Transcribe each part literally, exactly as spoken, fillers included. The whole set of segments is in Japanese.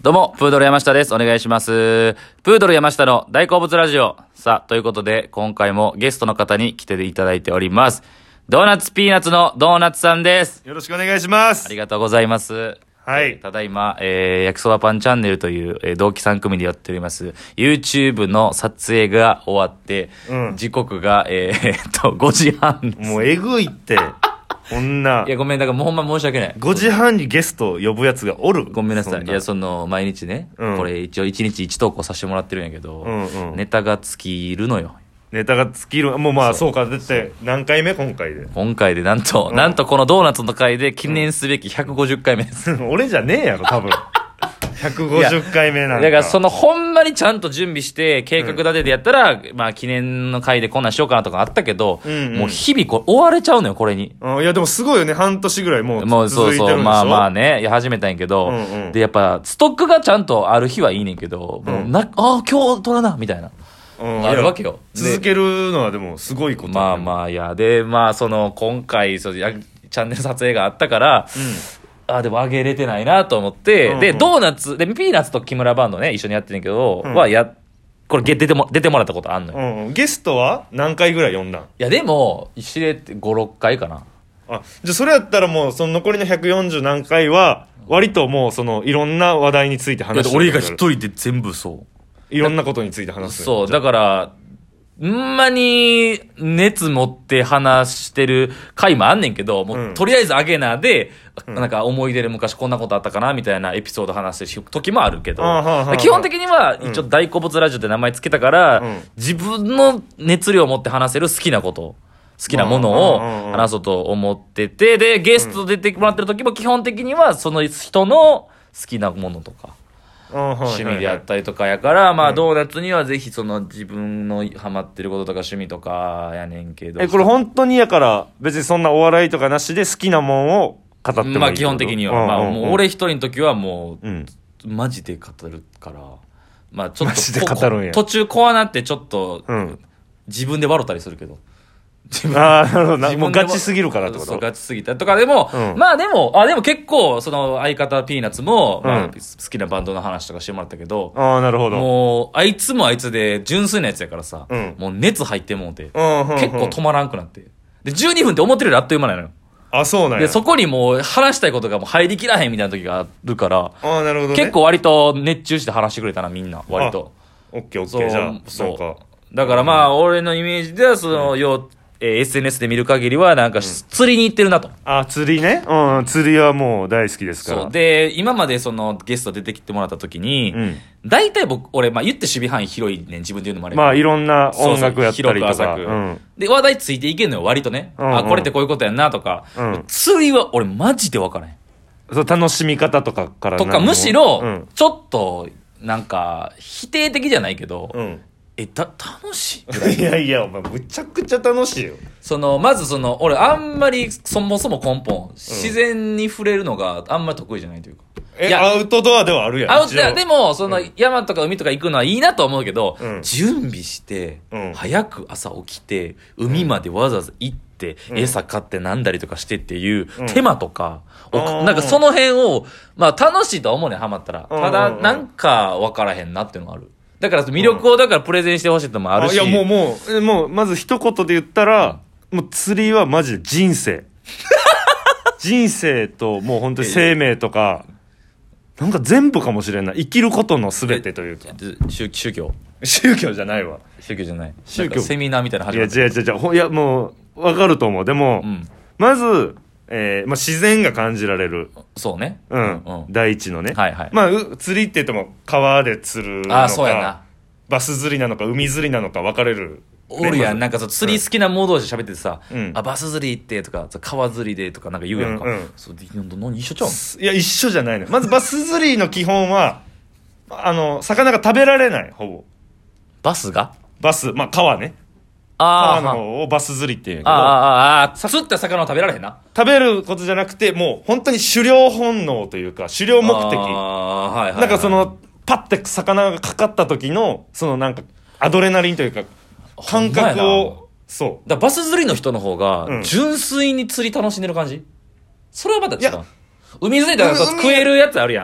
どうも、プードル山下です。お願いします。プードル山下の大好物ラジオ。さあ、ということで、今回もゲストの方に来ていただいております。ドーナツピーナッツのドーナツさんです。 よろしくお願いします。 ありがとうございます。 はい。 えーただいま、えー、焼きそばパンチャンネルという、えー同期さん組でやっております、YouTube の撮影が終わって、 うん、 時刻が、えー、えっと、ごじはんです。 もうえぐいって。こんな。 いや、ごめん、だからもうほんま申し訳ない。 ごじはんにゲスト呼ぶやつがおる。 ごめんなさい。いや、その、毎日ね、うん、これ一応いちにちいち投稿させてもらってるんやけど、うんうん、ネタが尽きるのよ。 ネタが尽きる。もうまあそうか。だって何回目今回で。 今回でなんと、うん、なんとこのドーナツの回で記念すべきひゃくごじゅっかいめです。 うん、俺じゃねえやろ、多分。ひゃくごじゅっかいめなんか。 だからそのほんまにちゃんと準備して計画立ててやったら、うん、まあ記念の回でこんなんしようかなとかあったけど、うんうん、もう日々これ追われちゃうのよ、これに。 うん、いやでもすごいよね、半年ぐらいもう続いてるんでしょ。 もうそうそう、まあまあね、や始めたんやけど、うんうん、でやっぱストックがちゃんとある日はいいねんけど、うん、もうな、ああ今日取らな、みたいな。うん、あるわけよ。 続けるのはでもすごいこと。 まあまあ、いや、で、まあその今回、そうやチャンネル撮影があったから、うんあ、でも上げれてないなと思って、うんうん、で、ドーナツ、で、ピーナッツと木村バンドね、一緒にやってんけど、うん、は、や、これ出ても、出てもらったことあんのよ。 うんうん、ゲストは何回ぐらい呼んだん？いや、でも、一例ってご、ろっかいかな。 あ、じゃあそれやったらもう、その残りのひゃくよんじゅう何回は、割ともう、その、いろんな話題について話してる。 俺が一人で全部そう。 いろんなことについて話す。 そう、だから、んまに熱持って話してる回もあんねんけど、もう、うん、とりあえずあげなで、うん、なんか思い出で昔こんなことあったかなみたいなエピソード話してる時もあるけど、基本的には一応大好物ラジオって名前つけたから、うん、自分の熱量を持って話せる好きなこと、好きなものを話そうと思ってて、で、ゲスト出てもらってる時も基本的にはその人の好きなものとか、趣味であったりとかやから、まあドーナツにはぜひその自分のハマってることとか趣味とかやねんけど。 え、これ本当にやから別にそんなお笑いとかなしで好きなもんを語ってもいい？ まあ基本的には。まあもう俺一人の時はもう、マジで語るから。まあちょっと。 マジで語るんや。 途中怖なってちょっと、自分で笑ったりするけど。 ああ、なるほどな。もうガチすぎるからってこと？ そう、ガチすぎたとかでも、うん、まあでも、あ、でも結構、その相方ピーナッツも、うん、まあ、好きなバンドの話とかしてもらったけど、 ああ、なるほど。 もう、あいつもあいつで純粋なやつやからさ、うん、もう熱入ってもうて、うん、結構止まらんくなって。で、じゅうにふんって思ってるよりあっという間なのよ。 あ、そうなんや。 で、そこにもう話したいことがもう入りきらへんみたいな時があるから、 ああ、なるほど、ね。 結構割と熱中して話してくれたな、みんな、割と。 オッケーオッケー、じゃあ、 そうか。だからまあ、俺のイメージでは、その、よ、えー、エスエヌエス で見る限りはなんか、うん、釣りに行ってるなと。 あ、釣りね。うん、釣りはもう大好きですから。 そう。で、今までそのゲスト出てきてもらった時に、うん、大体僕、俺、まあ言って守備範囲広いねん、自分で言うのもあれば。 まあいろんな音楽やったりとか。そうそう広く浅く、 うん。で、話題ついていけんのよ、割とね。うんうん、あ、これってこういうことやんなとか。うん、釣りは俺マジで分からへん。 そう、楽しみ方とかからとか、むしろ、うん、ちょっと、なんか、否定的じゃないけど、うんえ、た、楽しいいやいや、お前、むちゃくちゃ楽しいよ。 その、まずその、俺、あんまり、そもそも根本、うん、自然に触れるのがあんまり得意じゃないというか。 え、アウトドアではあるやん。 アウトドア、でも、その、うん、山とか海とか行くのはいいなとは思うけど、うん、準備して、うん、早く朝起きて、海までわざわざ行って、うん、餌買ってなんだりとかしてっていう、手間とか、うん、なんかその辺を、まあ、楽しいとは思うねん、ハマったら。ただ、なんか分からへんなっていうのがある。だから魅力をだからプレゼンしてほしいってのもあるし、 うん、いやもうもうもうまず一言で言ったら、もう釣りはマジで人生人生ともう本当に生命とかなんか全部かもしれない。生きることの全てというか。 宗宗教宗教じゃないわ。 宗教じゃない。宗教セミナーみたいな始まって。いや違う違う違う。いやもう分かると思う。でも、うん、まずえーまあ、自然が感じられる。 そうね。 うん。うん、大地のね。 はいはい。 まあ、釣りって言っても、川で釣るのか。 あ、そうやな。 バス釣りなのか、海釣りなのか分かれる。 おるやん。なんかそう、釣り好きな者同士喋っててさ、うん、あ、バス釣りってとか、川釣りでとかなんか言うやんか。うんうん、そう、何一緒ちゃうん？いや、一緒じゃないの。まず、バス釣りの基本は、あの、魚が食べられない、ほぼ。 バスがバス、まあ、川ね。 あ川の方をバス釣りっていうんやけど。 ああ、ああ、釣った魚を食べられへんな。 食べることじゃなくて、もう本当に狩猟本能というか、狩猟目的。 ああ、はいはい、はい。 なんかその、パッて魚がかかった時の、そのなんか、アドレナリンというか、感覚を、そう。 だバス釣りの人の方が、純粋に釣り楽しんでる感じ、うん、それはまた違う。海釣りだから食えるやつあるやん。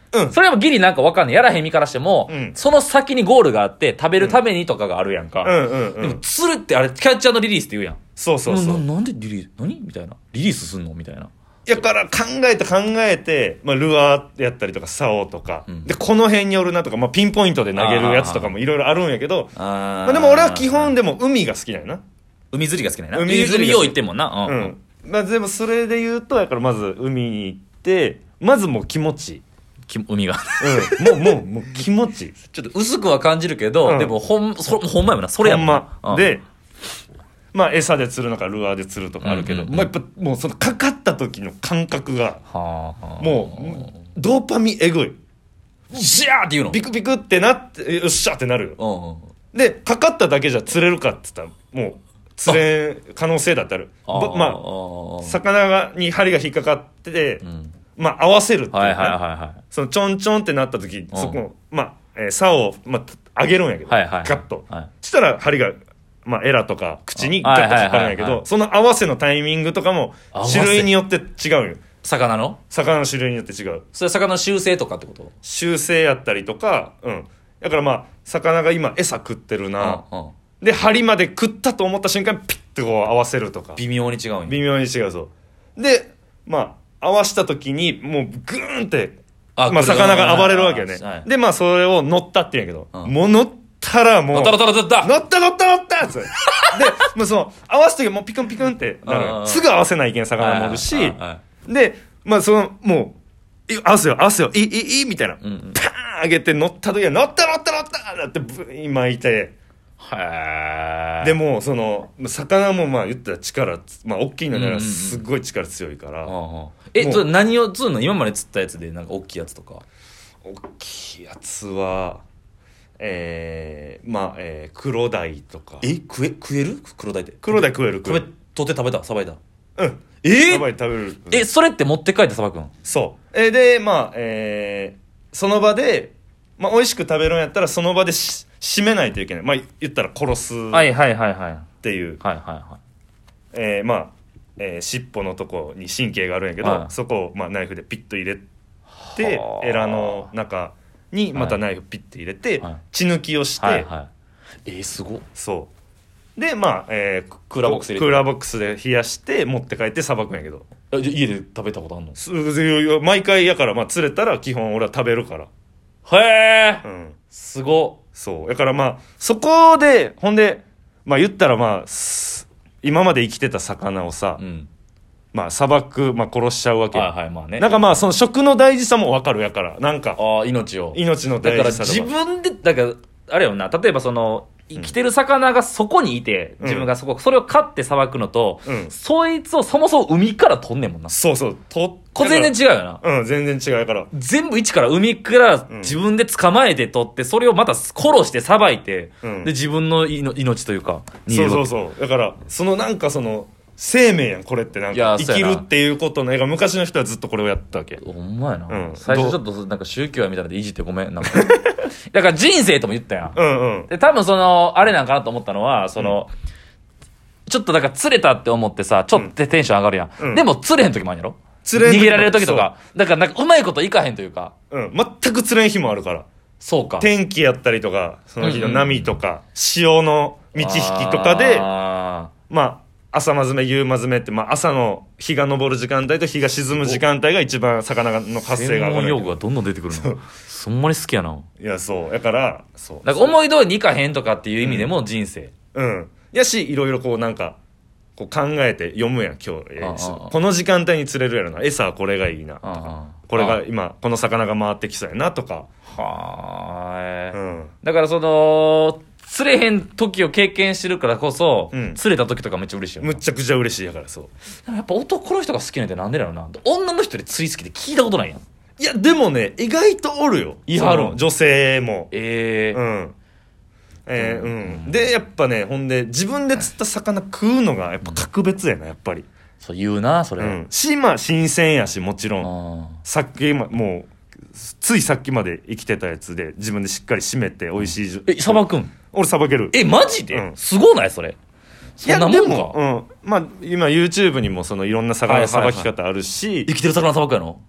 うんそれはギリなんかわかんない。やらへん身からしても、 うんその先にゴールがあって、食べるためにとかがあるやんか。 うんうんうんでも、釣るってあれ、キャッチャーのリリースって言うやん。 そうそうそうなななんでリリース、何みたいな。リリースすんのみたいな。 やから考えて考えて、まあ、ルアーやったりとか竿とか、 うんでこの辺におるなとか、まあ、ピンポイントで投げるやつとかもいろいろあるんやけど、 あまあ、でも俺は基本でも海が好きなんやな。 海釣りが好きなんやな。 海釣りが好き海よう行ってんもんな。 ううん。 ん、まあ、でもそれで言うとやからまず海に行ってまずもう気持ちいい、 き海が。 うん、もうもうもう気持ちいいちょっと薄くは感じるけど、 うんでもほん、そほんまやもんな。それやもんほんな。 ま、でまあ餌で釣るのかルアーで釣るとかあるけど、 うんうんうんまあ、やっぱもうそのかかった時の感覚がうん、はあ、はあ。 もうドーパミンえぐいジャーって言うの。 ビクビクってなってよっしゃってなるよ。 うんうん。 でかかっただけじゃ釣れるかって言ったらもう釣れん可能性だってある。 あーぼまああ魚がに針が引っかかってて、 うん。 まあ合わせるっていうか、 はいはいはいはい。 そのちょんちょんってなった時、そこまあ、えー竿を、まあ、上げるんやけど、 はいはいはいガッと、 はいしたら針が、まあ、エラとか口にガッと引っ張るんやけはいはいはいはいどその合わせのタイミングとかも合わせ種類によって違うよ。 魚の魚の種類によって違う。 それ魚の習性とかってこと習性やったりとか、うん、だからまあ魚が今餌食ってるな、 うんうん。 で針まで食ったと思った瞬間ピッてこう合わせるとか微妙に違うんや。 微妙に違う。そうでまあ合わした時にもうグーンってあまあ、魚が暴れるわけよね、 はいでまあそれを乗ったって言うんやけど、 うんもう乗ったらもう乗った乗った乗った乗った乗った乗ったっつってでもうその合わす時もうピクンピクンってなるうんうんうんのすぐ合わせないけん魚もおるし、 はいはいはいはいでまあそのもうい合わせよ合わせよいいいいいいみたいな、 うんうんパーン上げて乗った時は乗った乗った乗っただってブ今いてへーでもその魚もまあ言ったら力まあ大きいのならうんうんうんすっごい力強いから、 うんうんえ、 もうそれ何を釣るの今まで釣ったやつでなんか大きいやつとか。 大きいやつはえー、まあ、えー、黒鯛とかえ食え、食える黒鯛って。 黒鯛食える食食べ、 える取って食べたさばいた。 うんえやばい食べるえ、それって持って帰ってさばくんそうえーでまあえー、その場で、まあ、美味しく食べるんやったらその場でし締めないといけないまあ言ったら殺すっはいはいはいはい。 ていう、 はいはいはえー、まあ、えー、尻尾のとこに神経があるんやけど、 はいそこを、まあ、ナイフでピッと入れてはあエラの中にまたナイフピッて入れて、 はい血抜きをして、 い。はいはい。えー、すごっ。 そうでまあ、えー、 クーラーボックス入れてクーラーボックスで冷やして持って帰ってさばくんやけどえじゃあ家で食べたことあんのす毎回やからまあ釣れたら基本俺は食べるからへえ、 うんすごっ。 そうだからまあそこでほんでまあ言ったらまあす今まで生きてた魚をさ、 うん。 まあさばく、まあ、殺しちゃうわけよ、 はいはい、まあね。 なんかまあその食の大事さも分かるやからなんかああ、命を。 命のだから大事さとか自分で、だから、あれよな、例えばその、生きてる魚がそこにいて、 うん自分がそこ、それを飼ってさばくのと、 うんそいつをそもそも海から取んねんもんな。 そうそうとこれ全然違うよな。 うん全然違うから全部一から海から自分で捕まえて取って、それをまた殺してさばいて、 うんで、自分のいの命というか、にそうそうう。 そうだからそのなんかその生命やんこれってなんいやか生きそうやなるっていうことの絵が昔の人はずっとこれをやったわけほんまやな。 うん最初ちょっとなんか宗教やみたいなのでいじってごめん。なんかだから人生とも言ったやん。 うんうんで、多分その、あれなんかなと思ったのは、その、ちょっとだから釣れたって思ってさ、ちょっとテンション上がるやん。 うんでも釣れへん時もあるんやろ釣れん時も逃げられる時とか。だからなんかうまいこといかへんというか。 うん全く釣れん日もあるからそうか。 天気やったりとかその日のうんうん波とか潮の満ち引きとかであまあ朝間詰め夕間詰めって、まあ、朝の日が昇る時間帯と日が沈む時間帯が一番魚のー発生が専門上がる用語がどんどん出てくるの。そんまに好きやな。 いやそうだからそうだから思い通りにいかへんとかっていう意味でも人生。 うんやしいろいろこうなんかこう考えて読むやん今日、えーああああこの時間帯に釣れるやろな餌はこれがいいなとあかあこれが今この魚が回ってきそうやなとかはーい。 うんだからその、釣れへん時を経験してるからこそ、 うん釣れた時とかめっちゃ嬉しいよな。 むっちゃくちゃ嬉しいやからそうでもやっぱ男の人が好きなんてなんでだろうな。女の人で釣り好きって聞いたことないやん。 いやでもね意外とおるよいはるその女性もええー。 うんえーううんん、でやっぱねほんで自分で釣った魚食うのがやっぱ格別やなやっぱり、 そう言うな、それ。 うん、しまあ新鮮やしもちろんあさっきまもうついさっきまで生きてたやつで自分でしっかり締めて美味しいじゅ、 ーえ、さばくん俺さばけるえ、マジで、 うんすごないそれ。 いやそんなもんか。 でも、うん、まあ今 YouTube にもそのいろんな魚のさばき方あるし、 生きてる魚さばくやろう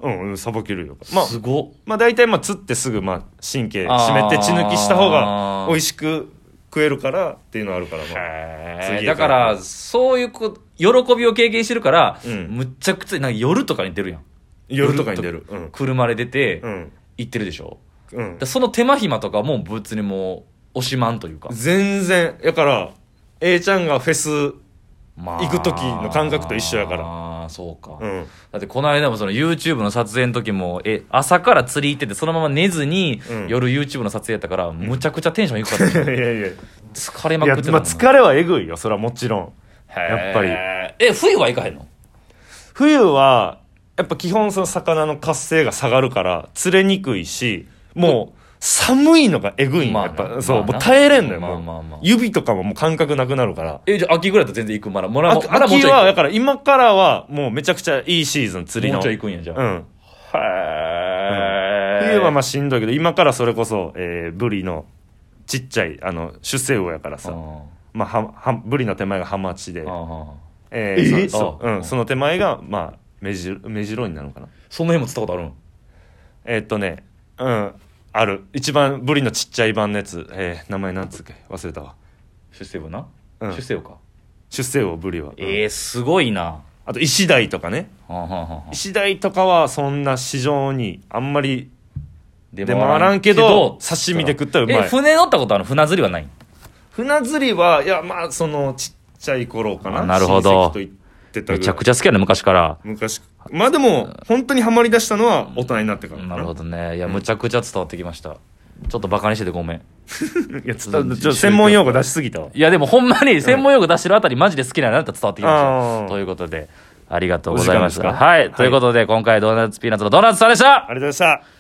うんうんさばけるよまあすごっ。 まあ大体まあ釣ってすぐまあ神経締めて血抜きした方が美味しく食えるからっていうのあるからまあへーだからそういうこ喜びを経験してるから、 うん、 むっちゃくちゃなんか夜とかに出るやん。 夜とかに出る、うん、 車で出て、 うん、 行ってるでしょ、 うん、 その手間暇とかも別にもう惜しまんというか全然やから A ちゃんがフェス行く時の感覚と一緒やから、 ああそうか、 うん、 だってこの間もその YouTube の撮影の時もえ朝から釣り行っててそのまま寝ずに、うん、夜 YouTube の撮影やったから、むちゃくちゃテンション低かった、 いやいや疲れまくってたもん。 いや、まあ、疲れはえぐいよそれはもちろんやっぱり。 え冬は行かへんの？ 冬はやっぱ基本その魚の活性が下がるから釣れにくいし、もう寒いのがえぐいん、まあ、やっぱそう、まあ、もう耐えれんのよ、まあまあまあ、指とかももう感覚なくなるから。 えじゃあ秋ぐらいだと全然行くまだまだ秋はだから今からはもうめちゃくちゃいいシーズン釣りの。 もうちょい行くんやじゃあ。 うん。 へえ、うん。冬はまあしんどいけど今からそれこそ、えー、ブリのちっちゃいあの出世魚やからさ、まあははブリの手前がハマチで、えー、えそ, そ, うん、その手前がまあメジメジロになるのかな。 その辺も釣ったことあるん？ えー、っとねうんある一番ブリのちっちゃい版のやつ、えー、名前なんつうっけ忘れたわ。 出世魚な、 うん、 出世魚か出世魚ブリは。 えー、すごいな。 あと石鯛とかね、はあはあはあ、石鯛とかはそんな市場にあんまり出回らんけど刺身で食ったらうまい。 え船乗ったことある？船釣りはない？ 船釣りはいやまあそのちっちゃい頃かな。 なるほど。 親戚と行ってたぐらい。 めちゃくちゃ好きやね昔から。 昔まあでも本当にハマりだしたのは大人になってから。 なるほどね。いやむちゃくちゃ伝わってきました、うん、ちょっとバカにしててごめん。 いやちょっと専門用語出しすぎたわ。 いやでもほんまに専門用語出してるあたりマジで好きなのだったら伝わってきました、うん、ということでありがとうございました。はい、はい、ということで今回ドーナツピーナッツのドーナツさんでした。 ありがとうございました。